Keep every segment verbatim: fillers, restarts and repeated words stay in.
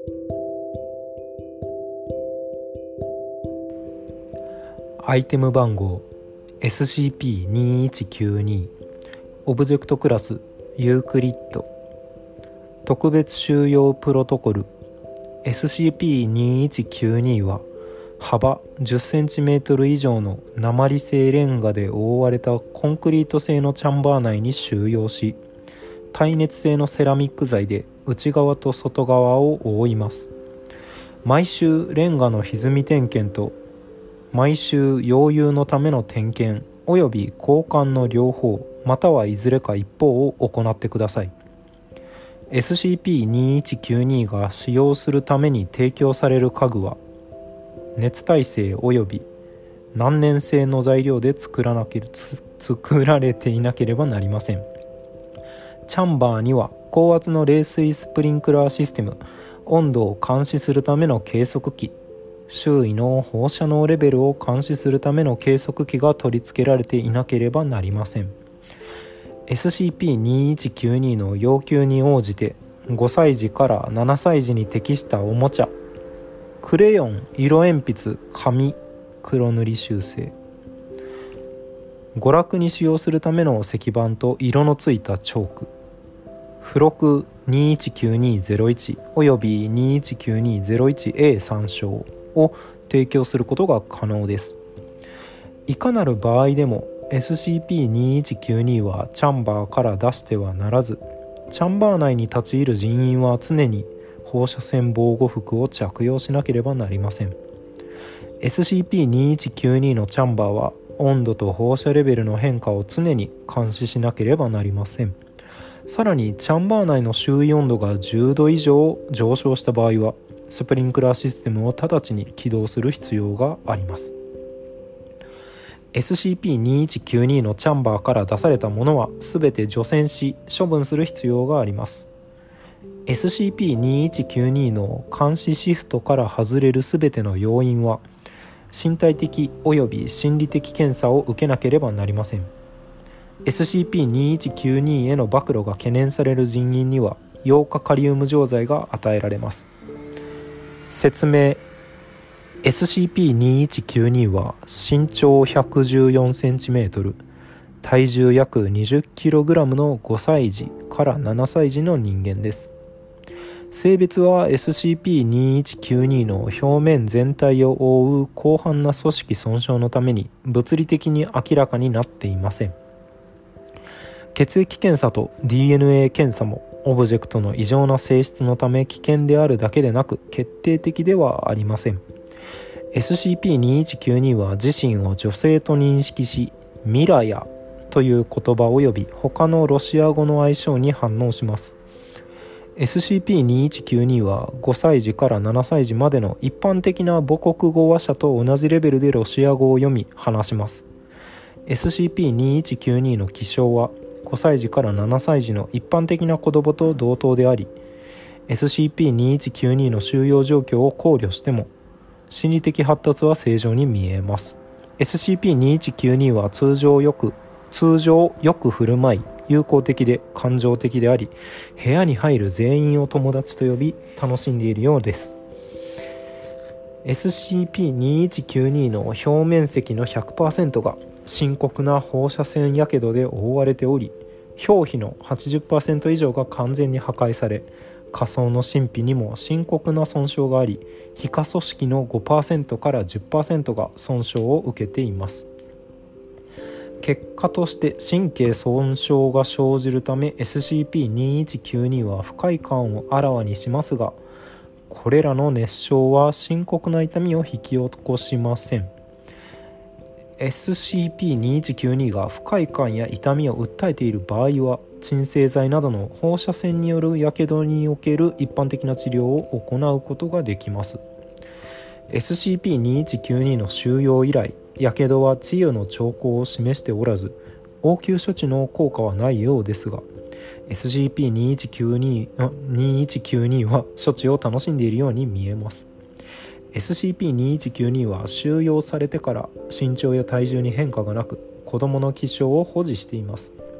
アイテム番号 エスシーピーにいちきゅうに オブジェクトクラスユークリッド特別収容プロトコル エスシーピーにいちきゅうに は幅じゅっセンチメートル以上の鉛製レンガで覆われたコンクリート製のチャンバー内に収容し、耐熱性のセラミック材で内側と外側を覆います。毎週レンガの歪み点検と毎週溶融のための点検および交換の両方またはいずれか一方を行ってください。 エスシーピーにいちきゅうに が使用するために提供される家具は熱耐性および難燃性の材料で作らなけ作られていなければなりません。チャンバーには高圧の冷水スプリンクラーシステム、温度を監視するための計測器、周囲の放射能レベルを監視するための計測器が取り付けられていなければなりません。 エスシーピーにいちきゅうに の要求に応じてごさい児からななさい児に適したおもちゃ、クレヨン、色鉛筆、紙、黒塗り修正、娯楽に使用するための石板と色のついたチョーク、付録 にいちきゅうにゼロいち および にいちきゅうにゼロいちエー 参照を提供することが可能です。いかなる場合でも エスシーピーにいちきゅうに はチャンバーから出してはならず、チャンバー内に立ち入る人員は常に放射線防護服を着用しなければなりません。 エスシーピーにいちきゅうに のチャンバーは温度と放射レベルの変化を常に監視しなければなりません。さらにチャンバー内の周囲温度がじゅうど以上上昇した場合はスプリンクラーシステムを直ちに起動する必要があります。 エスシーピーにいちきゅうに のチャンバーから出されたものはすべて除染し処分する必要があります。エスシーピーにいちきゅうに の監視シフトから外れるすべての要員は身体的及び心理的検査を受けなければなりません。 エスシーピーにいちきゅうに への暴露が懸念される人員にはヨウ化カリウム錠剤が与えられます。説明。 エスシーピーにいちきゅうに は身長ひゃくじゅうよんセンチメートル、体重約にじゅっキログラムのごさい児からななさい児の人間です。性別は エスシーピーにいちきゅうに の表面全体を覆う広範な組織損傷のために物理的に明らかになっていません。血液検査と ディーエヌエー 検査もオブジェクトの異常な性質のため危険であるだけでなく決定的ではありません。 エスシーピーにいちきゅうに は自身を女性と認識し、ミラヤという言葉及び他のロシア語の愛称に反応します。エスシーピーにいちきゅうに はごさい児からななさい児までの一般的な母国語話者と同じレベルでロシア語を読み話します。 エスシーピーにいちきゅうに の起床はごさい児からななさい児の一般的な子供と同等であり、 エスシーピーにいちきゅうに の収容状況を考慮しても心理的発達は正常に見えます。 エスシーピーにいちきゅうに は通常よく通常よく振る舞い友好的で感情的であり、部屋に入る全員を友達と呼び楽しんでいるようです。 エスシーピーにいちきゅうに の表面積の ひゃくパーセント が深刻な放射線やけどで覆われており、表皮の はちじゅっパーセント 以上が完全に破壊され、下層の真皮にも深刻な損傷があり、皮下組織の ごパーセント から じゅっパーセント が損傷を受けています。結果として神経損傷が生じるため エスシーピーにいちきゅうに は不快感をあらわにしますが、これらの熱傷は深刻な痛みを引き起こしません。 エスシーピーにいちきゅうに が不快感や痛みを訴えている場合は鎮静剤などの放射線によるやけどにおける一般的な治療を行うことができます。 エスシーピーにいちきゅうに の収容以来、やけどは治癒の兆候を示しておらず応急処置の効果はないようですが、 エスシーピーにいちきゅうに にいちきゅうに は処置を楽しんでいるように見えます。 エスシーピーにいちきゅうに は収容されてから身長や体重に変化がなく子どもの気性を保持しています。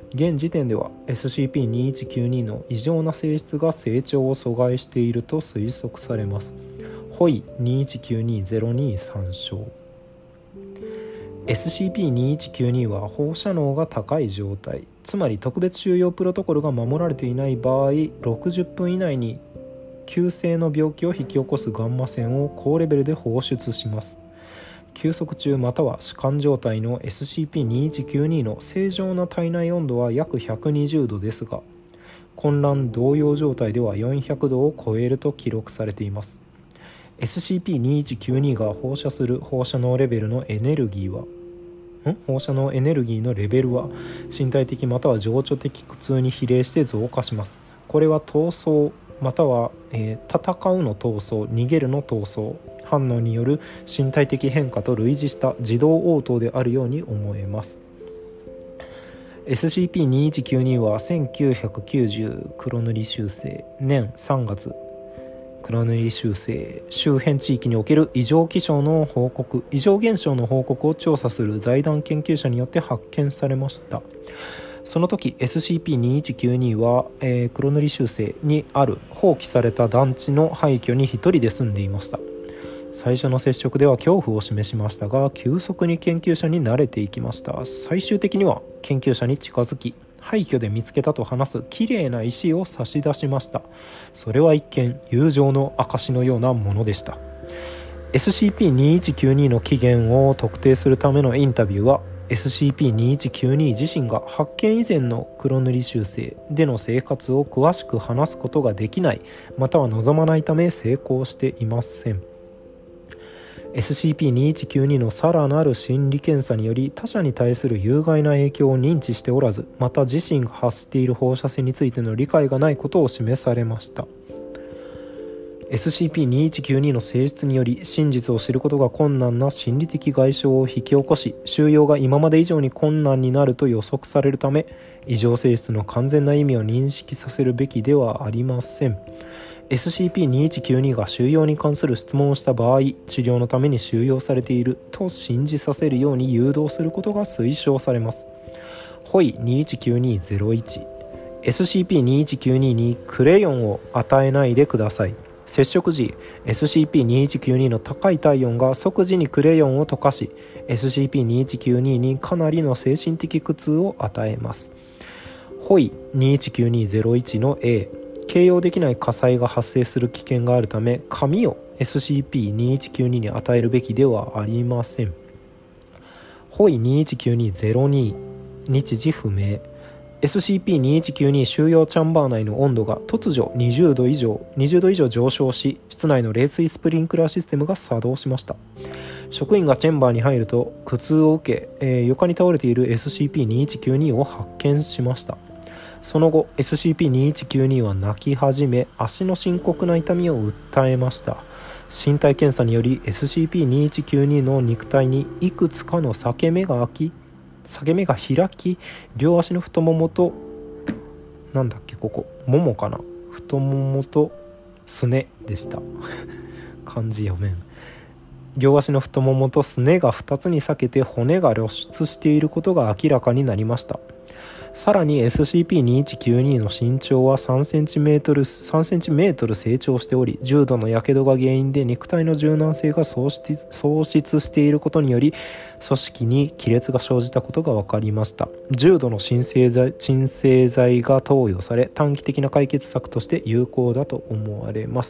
現時点では エスシーピーにせんいちきゅうに の異常な性質が成長を阻害していると推測されます。ホイにせんいちきゅうに ゼロに参照。 エスシーピーにせんいちきゅうに は放射能が高い状態、つまり特別収容プロトコルが守られていない場合、ろくじゅっぷん以内に急性の病気を引き起こすガンマ線を高レベルで放出します。休息中または弛緩状態の エスシーピーにせんいちきゅうに の正常な体内温度は約ひゃくにじゅうどですが、混乱動揺状態ではよんひゃくどを超えると記録されています。 エスシーピーにせんいちきゅうに が放射する放射能レベルのエネルギーはん放射能エネルギーのレベルは身体的または情緒的苦痛に比例して増加します。これは闘争または、えー、戦うの闘争、逃げるの闘争反応による身体的変化と類似した自動応答であるように思えます。 エスシーピーにせんいちきゅうに はせんきゅうひゃくきゅうじゅう黒塗り修正年さんがつ黒塗り修正周辺地域における異常気象の報告異常現象の報告を調査する財団研究者によって発見されました。その時 エスシーピーにせんいちきゅうに は、えー、黒塗り修正にある放棄された団地の廃墟に一人で住んでいました。最初の接触では恐怖を示しましたが、急速に研究者に慣れていきました。最終的には研究者に近づき、廃墟で見つけたと話す綺麗な石を差し出しました。それは一見友情の証のようなものでした。 エスシーピーにせんいちきゅうに の起源を特定するためのインタビューは エスシーピーにせんいちきゅうに 自身が発見以前の黒塗り修正での生活を詳しく話すことができないまたは望まないため成功していません。エスシーピーにせんいちきゅうに のさらなる心理検査により他者に対する有害な影響を認知しておらず、また自身が発している放射線についての理解がないことを示されました。 エスシーピーにせんいちきゅうに の性質により真実を知ることが困難な心理的外傷を引き起こし、収容が今まで以上に困難になると予測されるため、異常性質の完全な意味を認識させるべきではありません。エスシーピーにせんいちきゅうに が収容に関する質問をした場合、治療のために収容されていると信じさせるように誘導することが推奨されます。ホイにせんいちきゅうに ゼロいち エスシーピーにせんいちきゅうに にクレヨンを与えないでください。接触時 エスシーピーにせんいちきゅうに の高い体温が即時にクレヨンを溶かし エスシーピーにせんいちきゅうに にかなりの精神的苦痛を与えます。ホイにせんいちきゅうに ゼロいち の A、形容できない火災が発生する危険があるため紙を エスシーピーにせんいちきゅうに に与えるべきではありません。ホイにせんいちきゅうに ゼロに 日時不明。 エスシーピーにせんいちきゅうに 収容チャンバー内の温度が突如にじゅうど以上にじゅうど以上上昇し、室内の冷水スプリンクラーシステムが作動しました。職員がチェンバーに入ると苦痛を受け、えー、床に倒れている エスシーピーにせんいちきゅうに を発見しました。その後 エスシーピーにせんいちきゅうに は泣き始め、足の深刻な痛みを訴えました。身体検査により エスシーピーにせんいちきゅうに の肉体にいくつかの裂け目が開き裂け目が開き、両足の太ももとなんだっけここももかな太ももとすねでした漢字読めん。両足の太ももとすねがふたつに裂けて骨が露出していることが明らかになりました。さらに エスシーピーにせんいちきゅうに の身長はさんセンチメートル、さんセンチメートル成長しており、重度のやけどが原因で肉体の柔軟性が喪失、喪失していることにより組織に亀裂が生じたことが分かりました。重度の鎮静剤、鎮静剤が投与され、短期的な解決策として有効だと思われます。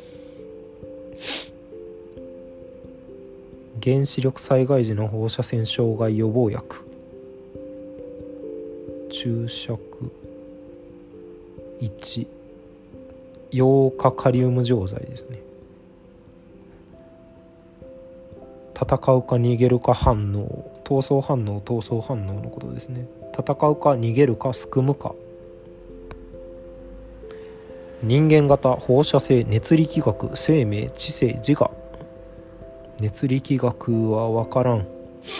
原子力災害時の放射線障害予防薬、注釈いち、ヨウ化カリウム錠剤ですね。戦うか逃げるか反応、闘争反応、闘争反応のことですね。戦うか逃げるかすくむか。人間型、放射性、熱力学、生命、知性、自我。熱力学は分からん。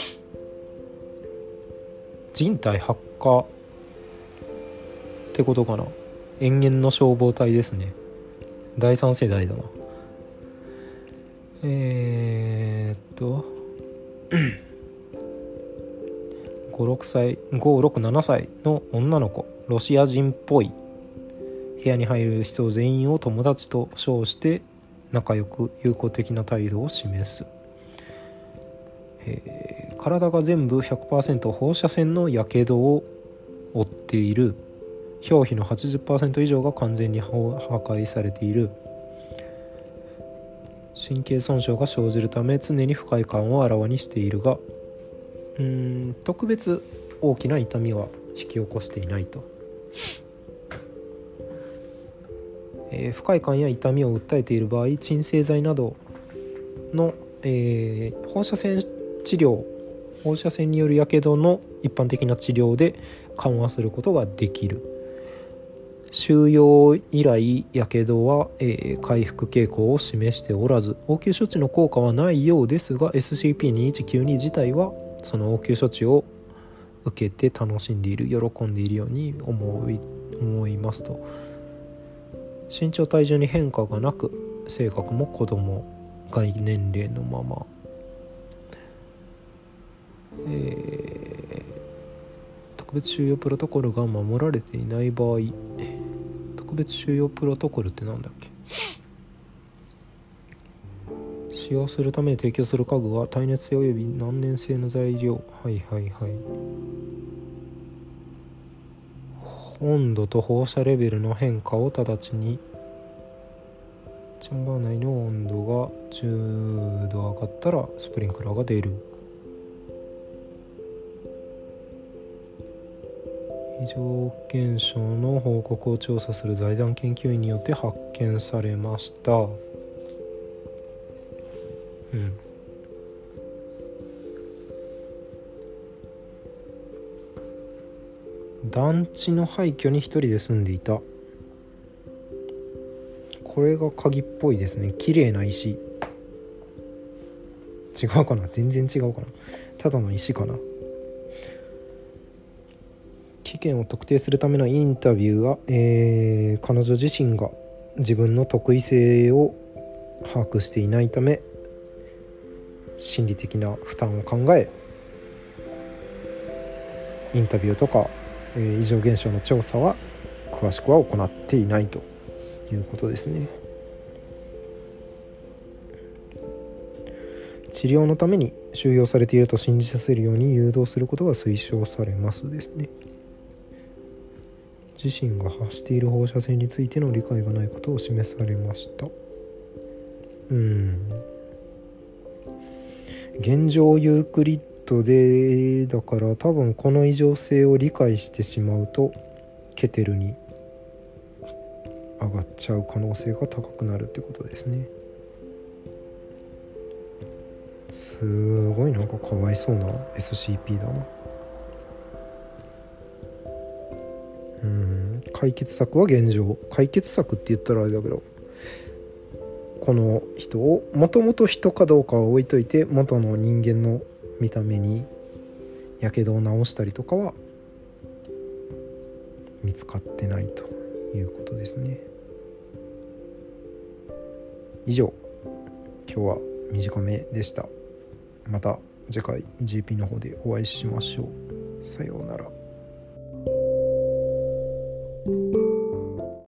人体発火ってことかな。塩原の消防隊ですね。だいさん世代だな。えーっとご、ろくさい、ご、ろく、ななさいの女の子、ロシア人っぽい。部屋に入る人全員を友達と称して仲良く友好的な態度を示す。えー、体が全部 ひゃくパーセント 放射線のやけどを負っている。表皮の はちじゅっパーセント 以上が完全に破壊されている。神経損傷が生じるため常に不快感をあらわにしているが、うーん特別大きな痛みは引き起こしていないと。えー、不快感や痛みを訴えている場合、鎮静剤などの、えー、放射線治療放射線によるやけどの一般的な治療で緩和することができる。収容以来やけどは、えー、回復傾向を示しておらず、応急処置の効果はないようですが エスシーピーにせんひゃくきゅうじゅうに 自体はその応急処置を受けて楽しんでいる、喜んでいるように思い、思いますと。身長体重に変化がなく、性格も子供外年齢のまま、えー、特別収容プロトコルが守られていない場合、特別収容プロトコルってなんだっけ。使用するために提供する家具は耐熱性および難燃性の材料、はいはいはい、温度と放射レベルの変化を直ちに、チャンバー内の温度がじゅうど上がったらスプリンクラーが出る。異常現象の報告を調査する財団研究員によって発見されました。うん。団地の廃墟に一人で住んでいた。これが鍵っぽいですね。綺麗な石。違うかな、全然違うかな、ただの石かな。期限を特定するためのインタビューは、えー、彼女自身が自分の特異性を把握していないため心理的な負担を考え、インタビューとか、えー、異常現象の調査は詳しくは行っていないということですね。治療のために収容されていると信じさせるように誘導することが推奨されますですね。自身が発している放射線についての理解がないことを示されました。うん。現状ユークリッドでだから多分この異常性を理解してしまうとケテルに上がっちゃう可能性が高くなるってことですね。すごいなんかかわいそうな エスシーピー だな。うん、解決策は現状。解決策って言ったらあれだけど、この人をもともと人かどうかは置いといて元の人間の見た目にやけどを治したりとかは見つかってないということですね。以上、今日は短めでした。また次回 ジーピー の方でお会いしましょう。さようなら。